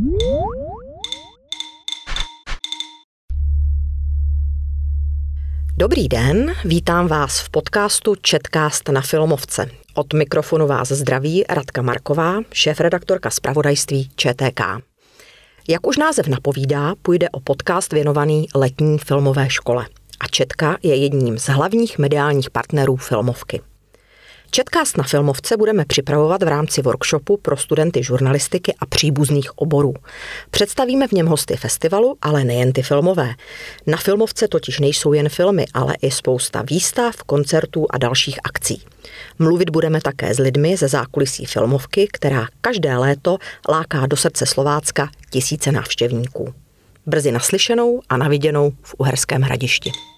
Dobrý den, vítám vás v podcastu Chatcast na Filmovce. Od mikrofonu vás zdraví Radka Marková, šéfredaktorka zpravodajství ČTK. Jak už název napovídá, půjde o podcast věnovaný letní filmové škole. A Chatka je jedním z hlavních mediálních partnerů Filmovky. Chatcast na Filmovce budeme připravovat v rámci workshopu pro studenty žurnalistiky a příbuzných oborů. Představíme v něm hosty festivalu, ale nejen ty filmové. Na Filmovce totiž nejsou jen filmy, ale i spousta výstav, koncertů a dalších akcí. Mluvit budeme také s lidmi ze zákulisí Filmovky, která každé léto láká do srdce Slovácka tisíce návštěvníků. Brzy naslyšenou a naviděnou v Uherském Hradišti.